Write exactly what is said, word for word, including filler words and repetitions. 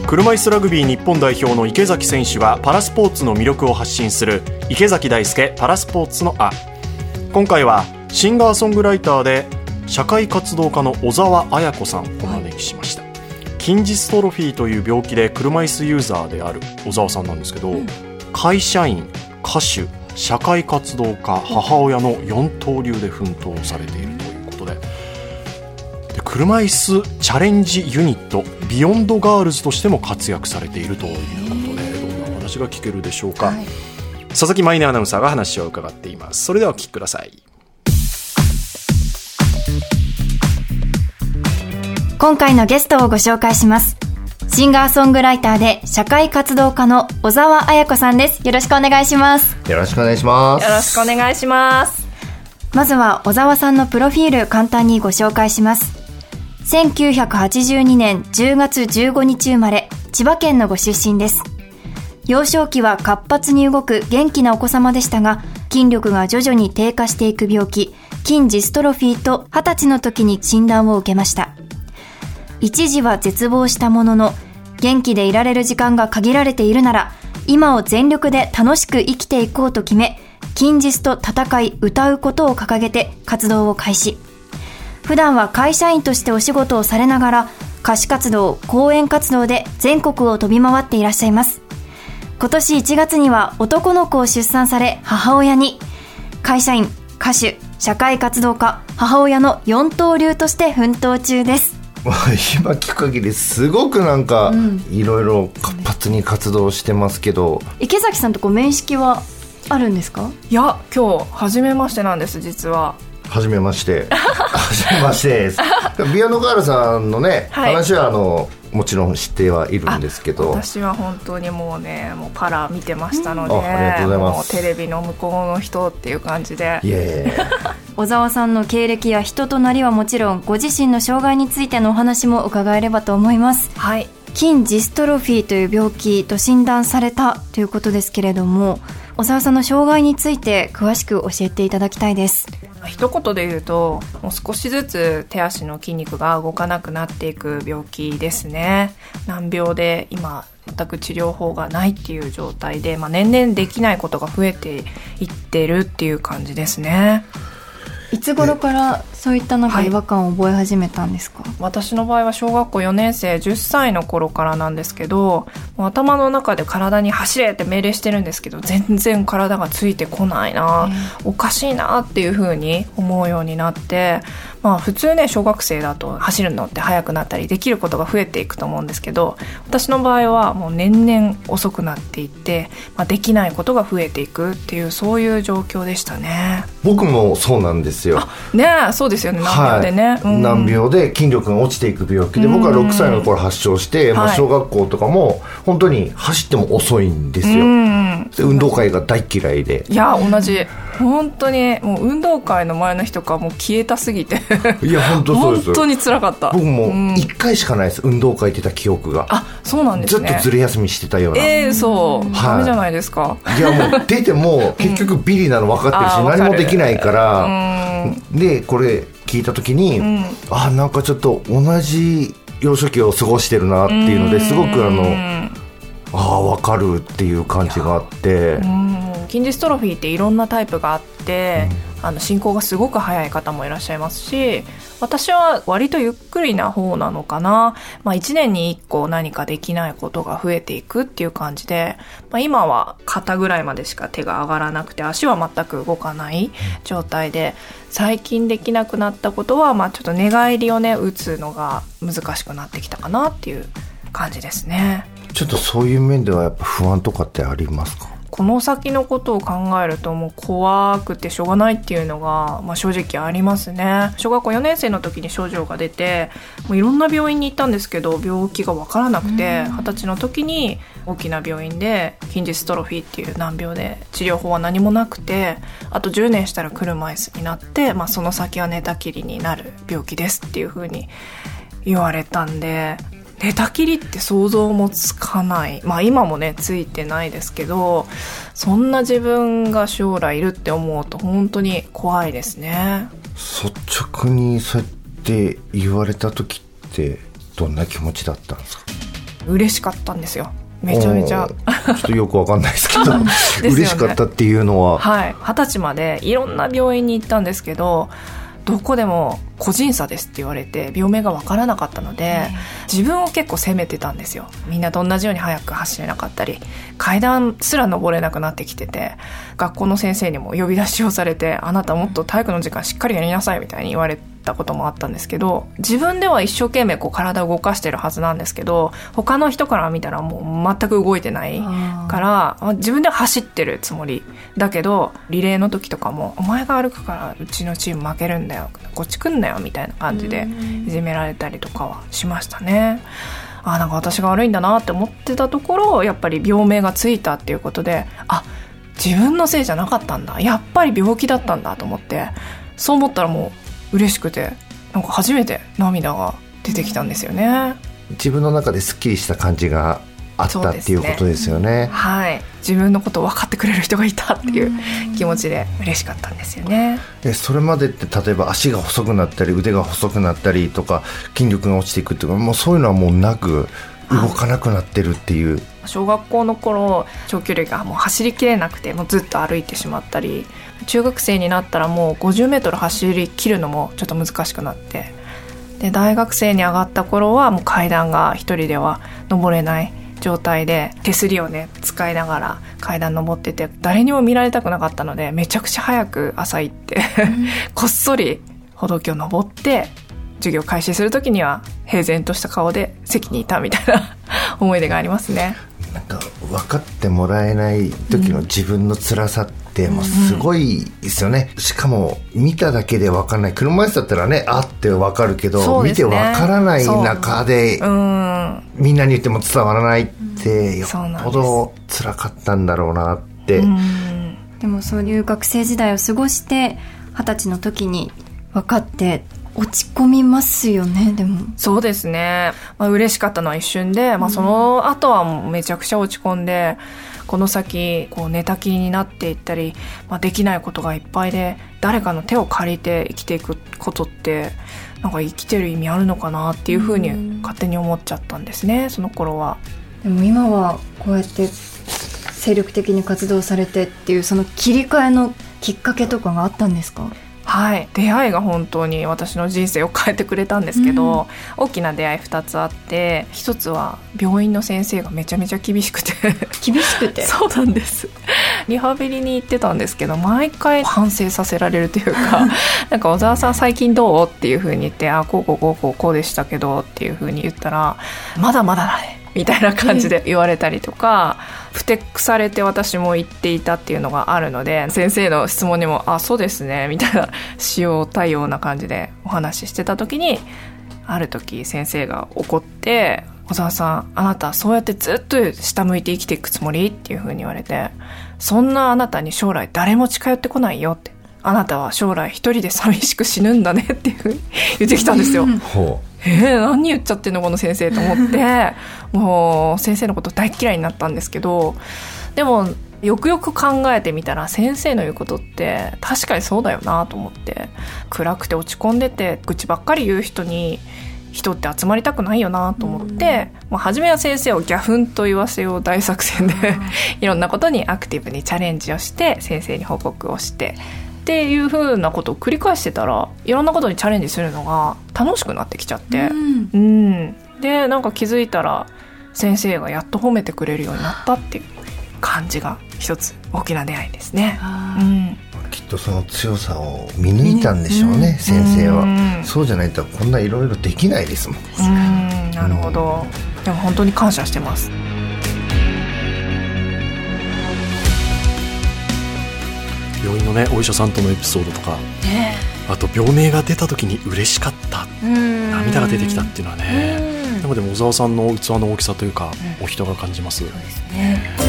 車椅子ラグビー日本代表の池崎選手がパラスポーツの魅力を発信する池崎大輔パラスポーツのあ。今回はシンガーソングライターで社会活動家の小澤綾子さんをお招きしました、はい、筋ジストロフィーという病気で車椅子ユーザーである小澤さんなんですけど、うん、会社員、歌手、社会活動家、母親のよん刀流で奮闘されているということで、で車椅子チャレンジユニットビヨンドガールズとしても活躍されているということで、どんなお話が聞けるでしょうか、はい、佐々木舞音アナウンサーが話を伺っています。それではお聞きください。 今回のゲストをご紹介します。シンガーソングライターで社会活動家の小澤綾子さんです。よろしくお願いします。 よろしくお願いします。 よろしくお願いします。 まずは小澤さんのプロフィール簡単にご紹介します。せんきゅうひゃくはちじゅうにねんじゅうがつじゅうごにち生まれ、千葉県のご出身です。幼少期は活発に動く元気なお子様でしたが、筋力が徐々に低下していく病気、筋ジストロフィーとはたちの時に診断を受けました。一時は絶望したものの、元気でいられる時間が限られているなら、今を全力で楽しく生きていこうと決め、筋ジスと戦い歌うことを掲げて活動を開始。普段は会社員としてお仕事をされながら、歌手活動、講演活動で全国を飛び回っていらっしゃいます。今年いちがつには男の子を出産され、母親に。会社員、歌手、社会活動家、母親のよん刀流として奮闘中です。 今聞く限りすごくなんかいろいろ活発に活動してますけど、 うん、池崎さんとこう面識はあるんですか？ いや、今日初めましてなんです。実は初めまして初めましてですビヨンドガールさんのね、はい、話はあのもちろん知ってはいるんですけど、 私は本当にもうね、もうパラ見てましたので、 うん、あ、ありがとうございます。 もうテレビの向こうの人っていう感じで、 いえ小澤さんの経歴や人となりはもちろん、ご自身の障害についてのお話も伺えればと思います。 はい。 筋ジストロフィーという病気と診断されたということですけれども、小澤さんの障害について詳しく教えていただきたいです。 一言で言うと、もう少しずつ手足の筋肉が動かなくなっていく病気ですね。難病で今全く治療法がないっていう状態で、まあ、年々できないことが増えていってるっていう感じですね。 いつ頃からそういったなんか違和感を覚え始めたんですか？はい、 私の場合は小学校よねんせいじゅっさいの頃からなんですけど、もう頭の中で体に走れって命令してるんですけど、全然体がついてこないな、おかしいなっていう風に思うようになって、まあ普通ね、小学生だと走るのって速くなったりできることが増えていくと思うんですけど、私の場合はもう年々遅くなっていって、まあ、できないことが増えていくっていう、そういう状況でしたね。 僕もそうなんですよ。 ねえ、そうですよね。難病でね、はい、うん、 難病で筋力が落ちていく病気で、僕はろくさいの頃発症して、まあ、小学校とかも本当に走っても遅いんですよ、うん、で運動会が大嫌いで。 いや、同じ。本当にもう運動会の前の日とかもう消えたすぎていや本当そうです。 本当に辛かった。 僕もいっかいしかないです、うん、運動会行ってた記憶が。 あ、そうなんですね。 ずっとずれ休みしてたような。 えー、そう、はい、ダメじゃないですか。 いやもう出ても結局ビリなの分かってるし、うん、何もできないから、うん、でこれ聞いた時に、うん、あ、なんかちょっと同じ幼少期を過ごしてるなっていうので、すごくあの、ああ分かるっていう感じがあって、うん、 筋ジストロフィーっていろんなタイプがあって、うん、あの進行がすごく早い方もいらっしゃいますし、私は割とゆっくりな方なのかな、まあ、いちねんにいっこ何かできないことが増えていくっていう感じで、まあ、今は肩ぐらいまでしか手が上がらなくて足は全く動かない状態で、最近できなくなったことは、まあ、ちょっと寝返りをね打つのが難しくなってきたかなっていう感じですね。 ちょっとそういう面ではやっぱ不安とかってありますか？ この先のことを考えるともう怖くてしょうがないっていうのが、まあ、正直ありますね。小学校よねんせいの時に症状が出て、もういろんな病院に行ったんですけど病気が分からなくて、はたちの時に大きな病院で筋ジストロフィーっていう難病で治療法は何もなくて、あとじゅうねんしたら車椅子になって、まあ、その先は寝たきりになる病気ですっていう風に言われたんで、寝たきりって想像もつかない。まあ今もねついてないですけど、そんな自分が将来いるって思うと本当に怖いですね。 率直にそうやって言われた時ってどんな気持ちだったんですか？ 嬉しかったんですよ。めちゃめちゃちょっとよくわかんないですけどね、 嬉しかったっていうのは、 はい、はたちまでいろんな病院に行ったんですけど、どこでも個人差ですって言われて病名が分からなかったので、自分を結構責めてたんですよ。みんなと同じように速く走れなかったり、階段すら登れなくなってきてて、学校の先生にも呼び出しをされて、あなたもっと体育の時間しっかりやりなさいみたいに言われたこともあったんですけど、自分では一生懸命こう体を動かしてるはずなんですけど、他の人から見たらもう全く動いてないから、自分では走ってるつもりだけど、リレーの時とかもお前が歩くからうちのチーム負けるんだよ、こっち来んなよみたいな感じでいじめられたりとかはしましたね。あ、なんか私が悪いんだなって思ってたところ、やっぱり病名がついたっていうことで、あ、自分のせいじゃなかったんだ、やっぱり病気だったんだと思って、そう思ったらもう嬉しくて、なんか初めて涙が出てきたんですよね。 自分の中ですっきりした感じがあったっていうことですよね。 はい、自分のことを分かってくれる人がいたっていう気持ちで嬉しかったんですよね。 でそれまでって例えば足が細くなったり腕が細くなったりとか筋力が落ちていくっていうか、もうそういうのはもうなく動かなくなってるっていう。 小学校の頃長距離がもう走りきれなくて、もうずっと歩いてしまったり、中学生になったらもうごじゅうメートル走り切るのもちょっと難しくなって、で大学生に上がった頃はもう階段が一人では登れない状態で、手すりをね使いながら階段登ってて、誰にも見られたくなかったので、めちゃくちゃ早く朝行ってこっそり歩道橋登って、授業開始する時には平然とした顔で席にいたみたいな思い出がありますね。 なんか分かってもらえない時の自分の辛さってもうすごいですよね、うん、しかも見ただけで分かんない。車椅子だったらね、あって分かるけど、ね、見て分からない中で、うん、みんなに言っても伝わらないって、よっぽど辛かったんだろうなって、うん、 でもそういう学生時代を過ごして二十歳の時に分かって落ち込みますよね。でもそうですね、まあ、嬉しかったのは一瞬で、まあ、その後はもうめちゃくちゃ落ち込んで、この先こう寝たきりになっていったり、まあ、できないことがいっぱいで、誰かの手を借りて生きていくことってなんか生きてる意味あるのかなっていうふうに勝手に思っちゃったんですね、その頃は。 でも今はこうやって精力的に活動されてっていう、その切り替えのきっかけとかがあったんですか？ はい、出会いが本当に私の人生を変えてくれたんですけど、うん、大きな出会いふたつあって、ひとつは病院の先生がめちゃめちゃ厳しくて厳しくてそうなんです。リハビリに行ってたんですけど、毎回反省させられるというかなんか小沢さん最近どうっていう風に言って、あ、こうこうこうこうこうでしたけどっていう風に言ったら、まだまだだねみたいな感じで言われたりとか、ふてくされて私も言っていたっていうのがあるので、先生の質問にもあ、そうですねみたいな使用対応な感じでお話ししてた時に、ある時先生が怒って、小沢さん、あなたそうやってずっと下向いて生きていくつもりっていう風に言われて、そんなあなたに将来誰も近寄ってこないよって、あなたは将来一人で寂しく死ぬんだねっていう風に言ってきたんですよ。 ほう、 えー、何言っちゃってんのこの先生と思ってもう先生のこと大嫌いになったんですけど、でもよくよく考えてみたら、先生の言うことって確かにそうだよなと思って、暗くて落ち込んでて愚痴ばっかり言う人に人って集まりたくないよなと思って、まあ、初めは先生をギャフンと言わせよう大作戦でいろんなことにアクティブにチャレンジをして先生に報告をしてっていう風なことを繰り返してたら、いろんなことにチャレンジするのが楽しくなってきちゃって、うんうん、でなんか気づいたら先生がやっと褒めてくれるようになったっていう感じが一つ大きな出会いですね、うん、 きっとその強さを見抜いたんでしょうね、うん、先生は、うん、そうじゃないとこんないろいろできないですもん。 うん、なるほど、うん、でも本当に感謝してます。 病院のね、お医者さんとのエピソードとか、ね、あと病名が出た時に嬉しかった、涙が出てきたっていうのはね、でもでも小沢さんの器の大きさというか、うん、お人が感じます。 そうですね、